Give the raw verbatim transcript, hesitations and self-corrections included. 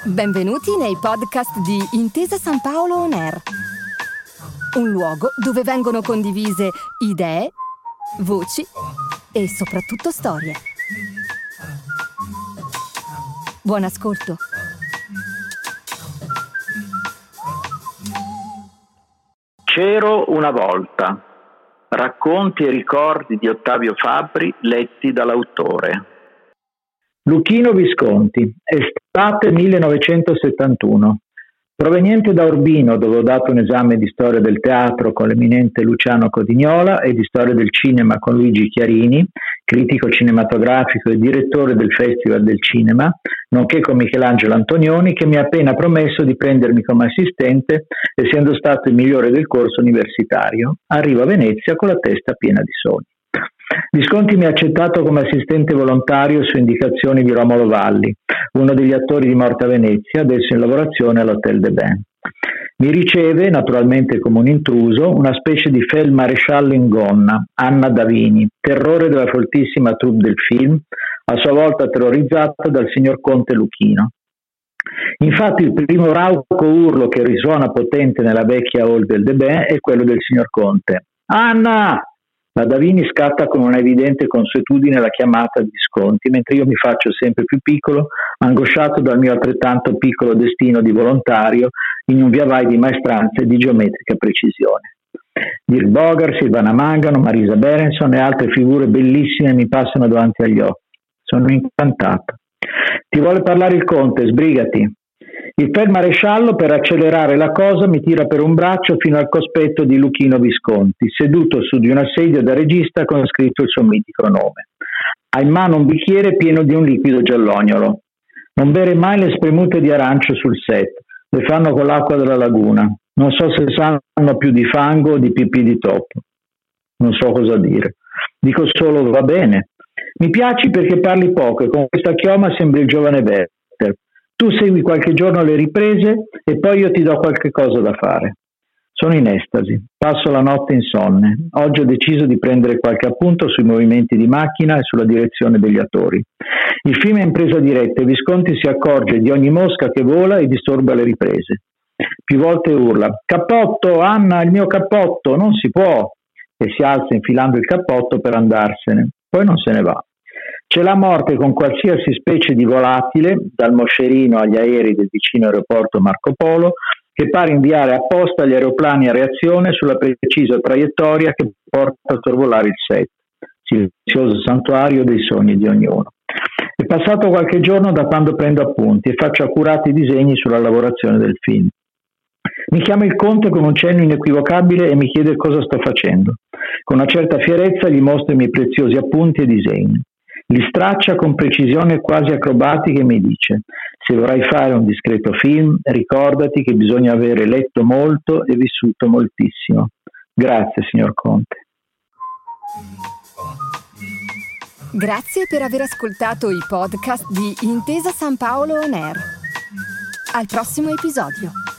Benvenuti nei podcast di Intesa San Paolo On Air, un luogo dove vengono condivise idee, voci e soprattutto storie. Buon ascolto. C'ero una volta. Racconti e ricordi di Ottavio Fabbri letti dall'autore. Luchino Visconti, estate millenovecentosettantuno. Proveniente da Urbino, dove ho dato un esame di storia del teatro con l'eminente Luciano Codignola e di storia del cinema con Luigi Chiarini, critico cinematografico e direttore del Festival del Cinema, nonché con Michelangelo Antonioni, che mi ha appena promesso di prendermi come assistente, essendo stato il migliore del corso universitario. Arrivo a Venezia con la testa piena di sogni. Visconti mi ha accettato come assistente volontario su indicazioni di Romolo Valli, uno degli attori di Morte a Venezia, adesso in lavorazione all'Hotel de Ben. Mi riceve, naturalmente come un intruso, una specie di feldmaresciallo in gonna, Anna Davini, terrore della foltissima troupe del film, a sua volta terrorizzata dal signor Conte Luchino. Infatti il primo rauco urlo che risuona potente nella vecchia hall del de Ben è quello del signor Conte. «Anna!» La Davini scatta con una evidente consuetudine la chiamata di Visconti, mentre io mi faccio sempre più piccolo, angosciato dal mio altrettanto piccolo destino di volontario in un via vai di maestranze di geometrica precisione. Dirk Bogar, Silvana Mangano, Marisa Berenson e altre figure bellissime mi passano davanti agli occhi. Sono incantato. Ti vuole parlare il conte, sbrigati. Il feldmaresciallo, per accelerare la cosa, mi tira per un braccio fino al cospetto di Luchino Visconti, seduto su di una sedia da regista con scritto il suo mitico nome. Ha in mano un bicchiere pieno di un liquido giallognolo. Non bere mai le spremute di arancio sul set, le fanno con l'acqua della laguna. Non so se sanno più di fango o di pipì di topo. Non so cosa dire. Dico solo va bene. Mi piaci perché parli poco e con questa chioma sembri il giovane Werther. Tu segui qualche giorno le riprese e poi io ti do qualche cosa da fare. Sono in estasi, passo la notte insonne. Oggi ho deciso di prendere qualche appunto sui movimenti di macchina e sulla direzione degli attori. Il film è in presa diretta e Visconti si accorge di ogni mosca che vola e disturba le riprese. Più volte urla: «Cappotto, Anna, il mio cappotto, non si può!» e si alza infilando il cappotto per andarsene. Poi non se ne va. C'è la morte con qualsiasi specie di volatile, dal moscerino agli aerei del vicino aeroporto Marco Polo, che pare inviare apposta gli aeroplani a reazione sulla precisa traiettoria che porta a sorvolare il set, silenzioso santuario dei sogni di ognuno. È passato qualche giorno da quando prendo appunti e faccio accurati disegni sulla lavorazione del film. Mi chiama il conte con un cenno inequivocabile e mi chiede cosa sto facendo. Con una certa fierezza gli mostro i miei preziosi appunti e disegni. Li straccia con precisione quasi acrobatica e mi dice: «Se vorrai fare un discreto film, ricordati che bisogna avere letto molto e vissuto moltissimo». Grazie, signor Conte. Grazie per aver ascoltato i podcast di Intesa San Paolo On Air. Al prossimo episodio.